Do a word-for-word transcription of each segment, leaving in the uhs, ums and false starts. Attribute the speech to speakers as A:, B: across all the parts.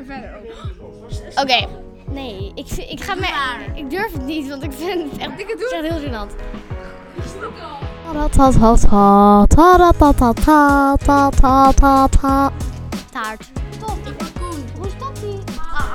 A: er verder op.
B: Oké. Okay. Nee, ik, ik ga me... Ik durf het niet, want ik vind het echt,
A: ik het,
B: het echt heel gênant. Taart. Top, ik ben Koen. Hoe is dat niet?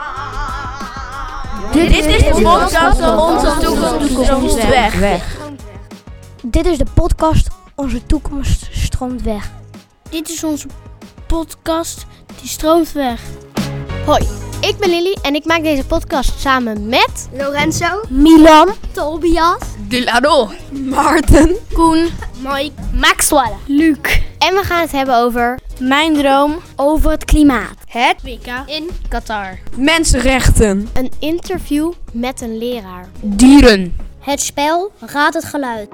C: Dit is de podcast van onze toekomst stroomt weg.
D: Dit is de podcast Onze toekomst stroomt weg.
B: Dit is onze podcast die stroomt weg. Hoi, ik ben Lily en ik maak deze podcast samen met
D: Lorenzo,
B: Milan,
D: Tobias,
A: Dilado,
B: Maarten, Koen, Mike, Maxwell, Luc. En we gaan het hebben over mijn droom over het klimaat. Het W K in Qatar.
A: Mensenrechten.
B: Een interview met een leraar.
A: Dieren.
D: Het spel Raad het geluid.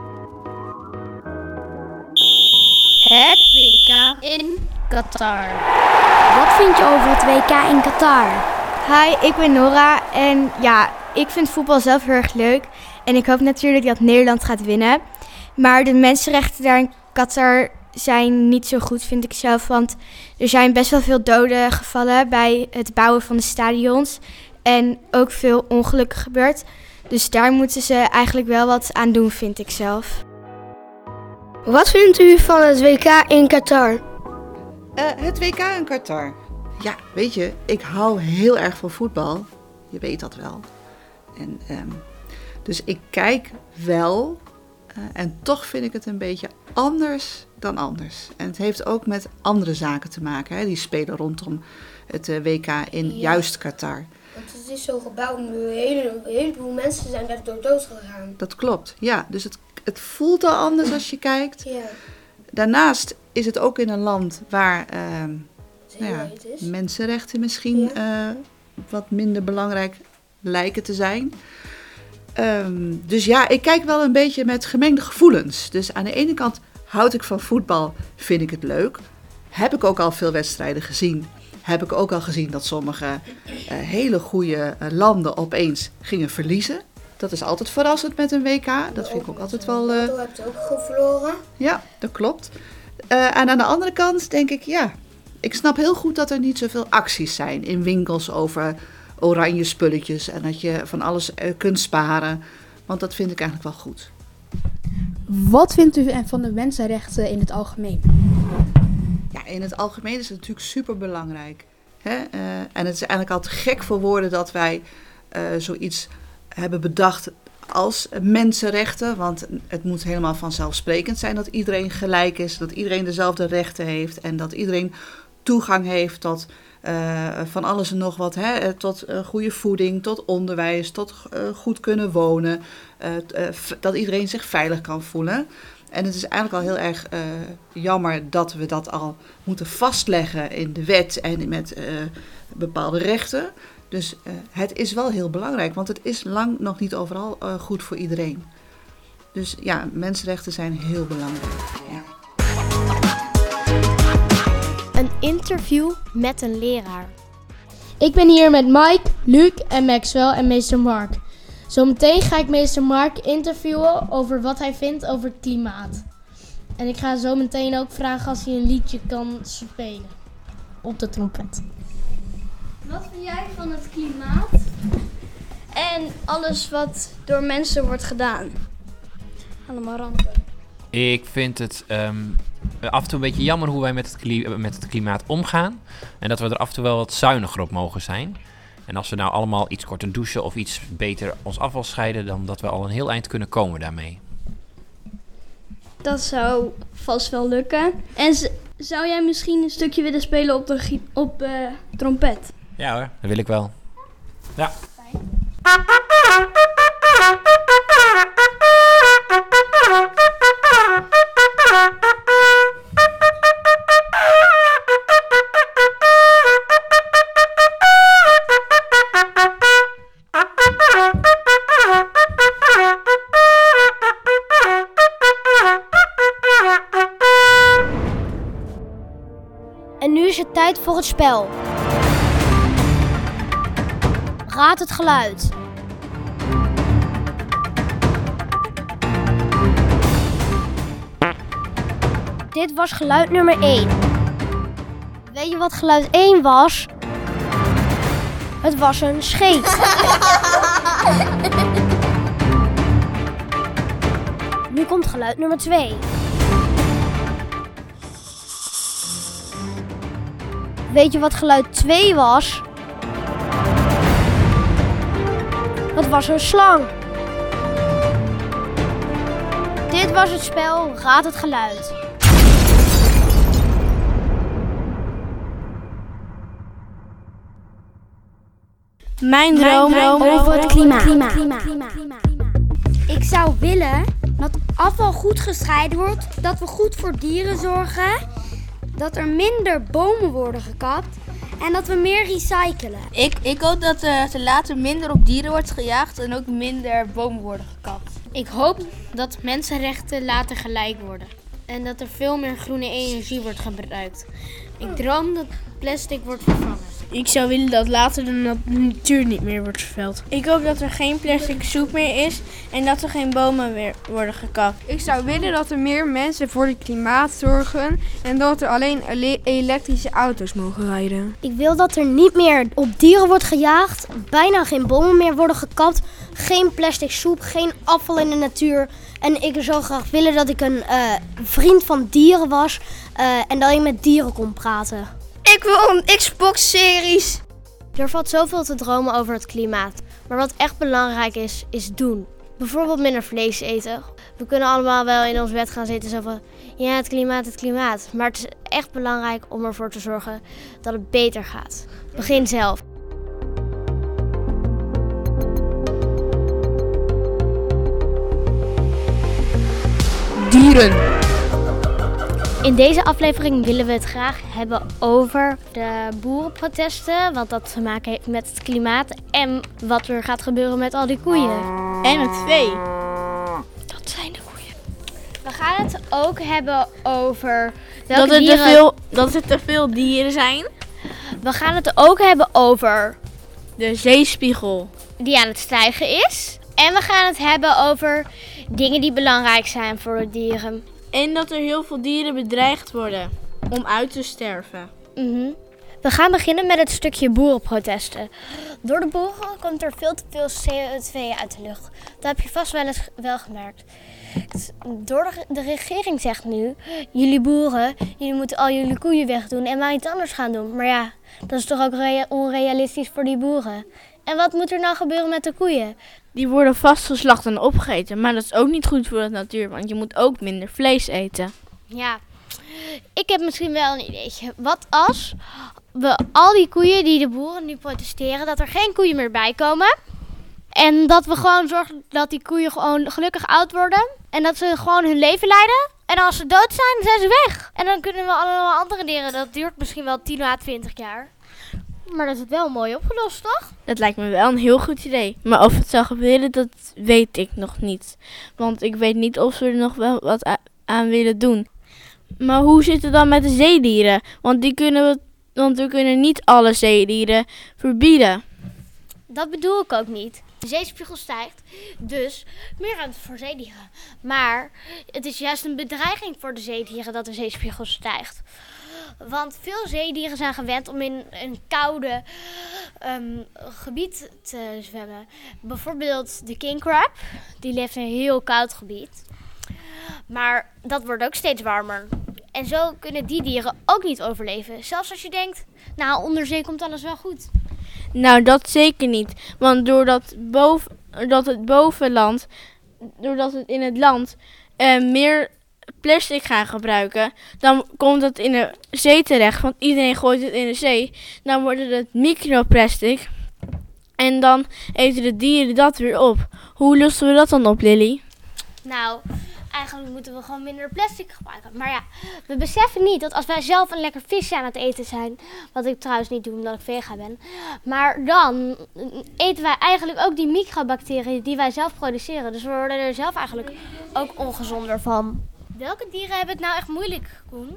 B: Het W K in Qatar.
D: Wat vind je over het W K in Qatar?
E: Hi, ik ben Nora en ja, ik vind voetbal zelf heel erg leuk. En ik hoop natuurlijk dat Nederland gaat winnen. Maar de mensenrechten daar in Qatar zijn niet zo goed, vind ik zelf. Want er zijn best wel veel doden gevallen bij het bouwen van de stadions. En ook veel ongelukken gebeurd. Dus daar moeten ze eigenlijk wel wat aan doen, vind ik zelf.
D: Wat vindt u van het W K in Qatar?
F: Uh, het W K in Qatar. Ja, weet je, ik hou heel erg van voetbal. Je weet dat wel. En, um, dus ik kijk wel. Uh, en toch vind ik het een beetje anders dan anders. En het heeft ook met andere zaken te maken. Hè, die spelen rondom het uh, W K in ja. juist Qatar.
D: Want het is zo'n gebouw, een hele, een heleboel mensen zijn daar door dood gegaan.
F: Dat klopt, ja. Dus het, het voelt al anders als je kijkt.
D: Ja.
F: Daarnaast is het ook in een land waar uh, nou ja, mensenrechten misschien ja. uh, wat minder belangrijk lijken te zijn. Um, dus ja, ik kijk wel een beetje met gemengde gevoelens. Dus aan de ene kant houd ik van voetbal, vind ik het leuk. Heb ik ook al veel wedstrijden gezien. Heb ik ook al gezien dat sommige uh, hele goede uh, landen opeens gingen verliezen. Dat is altijd verrassend met een W K. Dat vind ik ook altijd wel... Uh...
D: Dat heb je ook gewoon verloren.
F: Ja, dat klopt. Uh, en aan de andere kant denk ik, ja... Ik snap heel goed dat er niet zoveel acties zijn in winkels over oranje spulletjes. En dat je van alles uh, kunt sparen. Want dat vind ik eigenlijk wel goed.
A: Wat vindt u van de mensenrechten in het algemeen?
F: Ja, in het algemeen is het natuurlijk super belangrijk. Hè? Uh, en het is eigenlijk altijd gek voor woorden dat wij uh, zoiets hebben bedacht als mensenrechten. Want het moet helemaal vanzelfsprekend zijn dat iedereen gelijk is. Dat iedereen dezelfde rechten heeft. En dat iedereen toegang heeft tot uh, van alles en nog wat. Hè? Tot uh, goede voeding, tot onderwijs, tot uh, goed kunnen wonen. Uh, uh, f- dat iedereen zich veilig kan voelen. En het is eigenlijk al heel erg uh, jammer dat we dat al moeten vastleggen in de wet en met uh, bepaalde rechten. Dus uh, het is wel heel belangrijk, want het is lang nog niet overal uh, goed voor iedereen. Dus ja, mensenrechten zijn heel belangrijk. Ja.
B: Een interview met een leraar.
G: Ik ben hier met Mike, Luc en Maxwell en meester Mark. Zometeen ga ik meester Mark interviewen over wat hij vindt over het klimaat. En ik ga zo meteen ook vragen als hij een liedje kan spelen op de trompet.
H: Wat vind jij van het klimaat en alles wat door mensen wordt gedaan? Allemaal rampen.
I: Ik vind het um, af en toe een beetje jammer hoe wij met het, kli- met het klimaat omgaan. En dat we er af en toe wel wat zuiniger op mogen zijn. En als we nou allemaal iets korter douchen of iets beter ons afval scheiden, dan dat we al een heel eind kunnen komen daarmee.
H: Dat zou vast wel lukken. En z- zou jij misschien een stukje willen spelen op de gi- op, uh, trompet?
I: Ja hoor, dat wil ik wel. Ja.
D: En nu is het tijd voor het spel. Raad het geluid. Dit was geluid nummer één. Weet je wat geluid één was?
B: Het was een scheet. Nu komt geluid nummer twee. Weet je wat geluid twee was? Het was een slang. Dit was het spel Raad het geluid.
H: Mijn droom,
B: droom over het klimaat. klimaat. klimaat.
E: Ik zou willen dat afval goed gescheiden wordt, dat we goed voor dieren zorgen, dat er minder bomen worden gekapt en dat we meer recyclen.
C: Ik, ik hoop dat er later minder op dieren wordt gejaagd en ook minder bomen worden gekapt.
G: Ik hoop dat mensenrechten later gelijk worden. En dat er veel meer groene energie wordt gebruikt. Ik droom dat plastic wordt vervangen.
C: Ik zou willen dat later de natuur niet meer wordt vervuild. Ik hoop dat er geen plastic soep meer is en dat er geen bomen meer worden gekapt.
J: Ik zou willen dat er meer mensen voor het klimaat zorgen en dat er alleen ele- elektrische auto's mogen rijden.
B: Ik wil dat er niet meer op dieren wordt gejaagd, bijna geen bomen meer worden gekapt, geen plastic soep, geen afval in de natuur. En ik zou graag willen dat ik een uh, vriend van dieren was uh, en dat ik met dieren kon praten.
C: Ik wil een Xbox-series.
B: Er valt zoveel te dromen over het klimaat. Maar wat echt belangrijk is, is doen. Bijvoorbeeld minder vlees eten. We kunnen allemaal wel in ons bed gaan zitten zo van, ja, het klimaat, het klimaat. Maar het is echt belangrijk om ervoor te zorgen dat het beter gaat. Begin zelf.
J: Dieren.
B: In deze aflevering willen we het graag hebben over de boerenprotesten, wat dat te maken heeft met het klimaat en wat er gaat gebeuren met al die koeien.
C: En het vee.
B: Dat zijn de koeien. We gaan het ook hebben over
C: welke dat, er dieren... te veel, dat er te veel dieren zijn.
B: We gaan het ook hebben over
C: de zeespiegel
B: die aan het stijgen is. En we gaan het hebben over dingen die belangrijk zijn voor de dieren.
C: En dat er heel veel dieren bedreigd worden om uit te sterven.
B: Mm-hmm. We gaan beginnen met het stukje boerenprotesten. Door de boeren komt er veel te veel C O twee uit de lucht. Dat heb je vast wel eens wel gemerkt. Door de, de regering zegt nu, jullie boeren, jullie moeten al jullie koeien wegdoen en maar iets anders gaan doen. Maar ja, dat is toch ook rea- onrealistisch voor die boeren. En wat moet er nou gebeuren met de koeien?
C: Die worden vastgeslacht en opgegeten, maar dat is ook niet goed voor de natuur, want je moet ook minder vlees eten.
B: Ja, ik heb misschien wel een ideetje. Wat als we al die koeien die de boeren nu protesteren, dat er geen koeien meer bij komen. En dat we gewoon zorgen dat die koeien gewoon gelukkig oud worden. En dat ze gewoon hun leven leiden. En als ze dood zijn, zijn ze weg. En dan kunnen we allemaal andere dieren, dat duurt misschien wel tien à twintig jaar. Maar dat is het wel mooi opgelost, toch?
C: Dat lijkt me wel een heel goed idee. Maar of het zal gebeuren, dat weet ik nog niet. Want ik weet niet of ze er nog wel wat a- aan willen doen. Maar hoe zit het dan met de zeedieren? Want, die kunnen we, want we kunnen niet alle zeedieren verbieden.
B: Dat bedoel ik ook niet. De zeespiegel stijgt, dus meer ruimte voor zeedieren. Maar het is juist een bedreiging voor de zeedieren dat de zeespiegel stijgt. Want veel zeedieren zijn gewend om in een koude um, gebied te zwemmen. Bijvoorbeeld de king crab, die leeft in een heel koud gebied. Maar dat wordt ook steeds warmer. En zo kunnen die dieren ook niet overleven. Zelfs als je denkt, nou, onder zee komt alles wel goed.
C: Nou, dat zeker niet. Want doordat, boven, doordat het bovenland, doordat het in het land uh, meer plastic gaan gebruiken, dan komt het in de zee terecht. Want iedereen gooit het in de zee. Dan wordt het microplastic. En dan eten de dieren dat weer op. Hoe lossen we dat dan op, Lily?
B: Nou, eigenlijk moeten we gewoon minder plastic gebruiken. Maar ja, we beseffen niet dat als wij zelf een lekker visje aan het eten zijn, wat ik trouwens niet doe omdat ik vegan ben, maar dan eten wij eigenlijk ook die microbacteriën die wij zelf produceren. Dus we worden er zelf eigenlijk ook ongezonder van. Welke dieren hebben het nou echt moeilijk, Koen?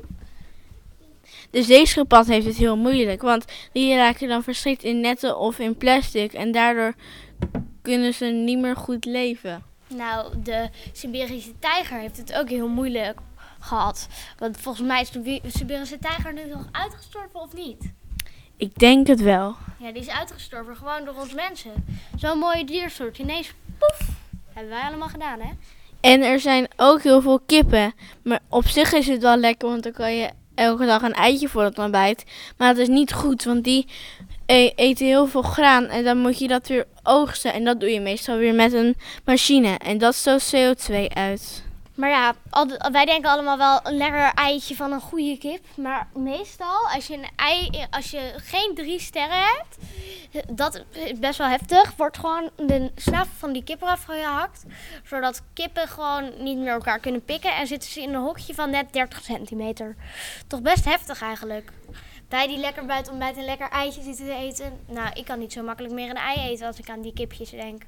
C: De zeeschildpad heeft het heel moeilijk, want die raken dan verstrikt in netten of in plastic en daardoor kunnen ze niet meer goed leven.
B: Nou, de Siberische tijger heeft het ook heel moeilijk gehad. Want volgens mij is de Siberische tijger nu nog uitgestorven of niet?
C: Ik denk het wel.
B: Ja, die is uitgestorven gewoon door ons mensen. Zo'n mooie diersoort. Ineens, poef, hebben wij allemaal gedaan, hè?
C: En er zijn ook heel veel kippen. Maar op zich is het wel lekker, want dan kan je elke dag een eitje voor het ontbijt. Maar dat is niet goed, want die e- eten heel veel graan. En dan moet je dat weer oogsten. En dat doe je meestal weer met een machine. En dat stoot C O twee uit.
B: Maar ja, al de- wij denken allemaal wel een lekker eitje van een goede kip. Maar meestal, als je een ei, als je geen drie sterren hebt, dat is best wel heftig, wordt gewoon de snavel van die kip eraf gehakt. Zodat kippen gewoon niet meer elkaar kunnen pikken en zitten ze in een hokje van net dertig centimeter. Toch best heftig eigenlijk. Wij die lekker buiten ontbijt een lekker eitje zitten te eten. Nou, ik kan niet zo makkelijk meer een ei eten als ik aan die kipjes denk.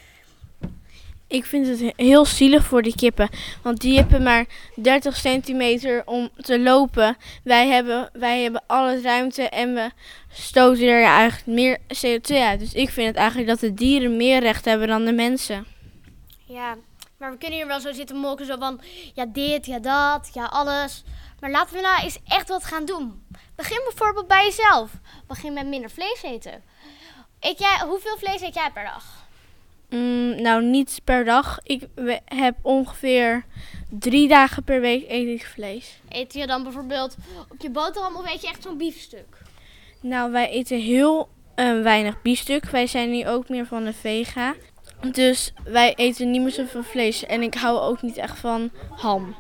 C: Ik vind het heel zielig voor die kippen. Want die hebben maar dertig centimeter om te lopen. Wij hebben, wij hebben alle ruimte en we stoten er eigenlijk meer C O twee uit. Dus ik vind het eigenlijk dat de dieren meer recht hebben dan de mensen.
B: Ja, maar we kunnen hier wel zo zitten molken, zo van ja dit, ja dat, ja alles. Maar laten we nou eens echt wat gaan doen. Begin bijvoorbeeld bij jezelf. Begin met minder vlees eten. Eet jij, hoeveel vlees eet jij per dag?
C: Mm, nou, niet per dag. Ik we- heb ongeveer drie dagen per week eet ik vlees.
B: Eet je dan bijvoorbeeld op je boterham of eet je echt zo'n biefstuk?
C: Nou, wij eten heel uh, weinig biefstuk. Wij zijn nu ook meer van de vega. Dus wij eten niet meer zoveel vlees. En ik hou ook niet echt van ham.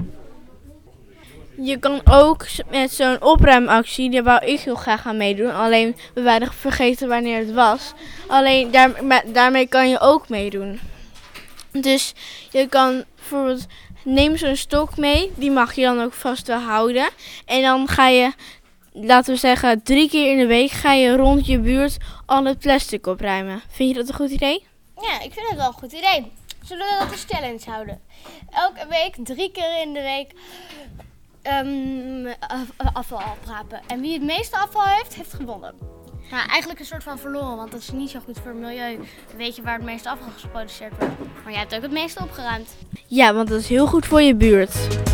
C: Je kan ook met zo'n opruimactie, daar wou ik heel graag aan meedoen. Alleen we waren vergeten wanneer het was. Alleen daar, maar daarmee kan je ook meedoen. Dus je kan bijvoorbeeld, neem zo'n stok mee. Die mag je dan ook vast wel houden. En dan ga je, laten we zeggen, drie keer in de week ga je rond je buurt al het plastic opruimen. Vind je dat een goed idee?
B: Ja, ik vind het wel een goed idee. Zullen we dat als challenge houden? Elke week, drie keer in de week, um, afval oprapen. En wie het meeste afval heeft, heeft gewonnen. Nou, eigenlijk een soort van verloren, want dat is niet zo goed voor het milieu. Dan weet je waar het meeste afval geproduceerd wordt. Maar jij hebt ook het meeste opgeruimd.
C: Ja, want dat is heel goed voor je buurt.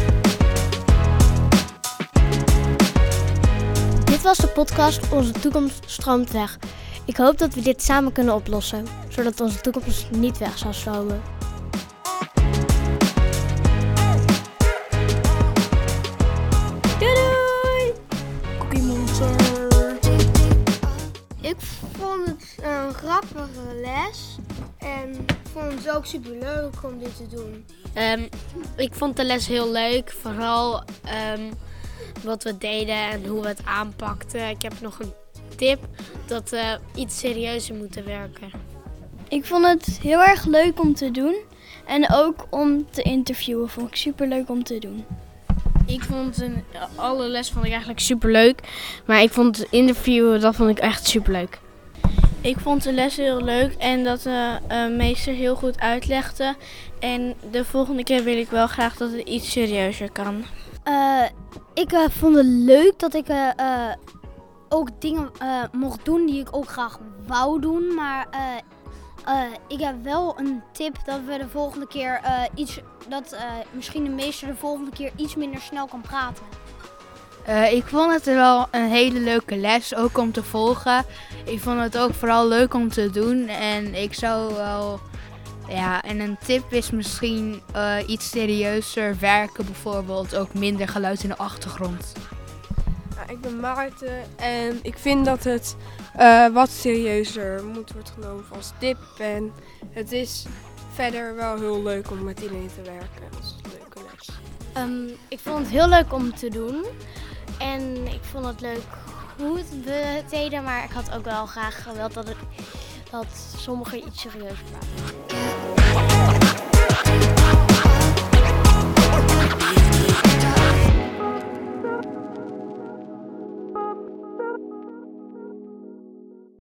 B: Dit was de podcast Onze Toekomst stroomt weg. Ik hoop dat we dit samen kunnen oplossen, zodat onze toekomst niet weg zal stromen.
J: Doei! Cookie Monster.
D: Ik vond het een grappige les en ik vond het ook super leuk om dit te doen.
K: Um, ik vond de les heel leuk, vooral um, wat we deden en hoe we het aanpakten. Ik heb nog een tip dat we uh, iets serieuzer moeten werken.
H: Ik vond het heel erg leuk om te doen en ook om te interviewen vond ik super leuk om te doen.
G: Ik vond een, alle les vond ik eigenlijk super leuk, maar ik vond het interviewen, dat vond ik echt super leuk.
C: Ik vond de les heel leuk en dat de uh, meester heel goed uitlegde. En de volgende keer wil ik wel graag dat het iets serieuzer kan.
A: Uh, ik uh, vond het leuk dat ik uh, uh, ook dingen uh, mocht doen die ik ook graag wou doen. Maar uh, uh, ik heb wel een tip dat we de volgende keer uh, iets, dat uh, misschien de meester de volgende keer iets minder snel kan praten.
L: Uh, ik vond het wel een hele leuke les, ook om te volgen. Ik vond het ook vooral leuk om te doen en ik zou wel, ja, en een tip is misschien uh, iets serieuzer werken, bijvoorbeeld ook minder geluid in de achtergrond.
J: Ja, ik ben Maarten en ik vind dat het uh, wat serieuzer moet worden genomen als tip. En het is verder wel heel leuk om met iedereen te werken. Dat is een leuke les.
B: Um, ik vond het heel leuk om te doen. En ik vond het leuk hoe we het deden, maar ik had ook wel graag gewild dat, het, dat sommigen iets serieuzer waren.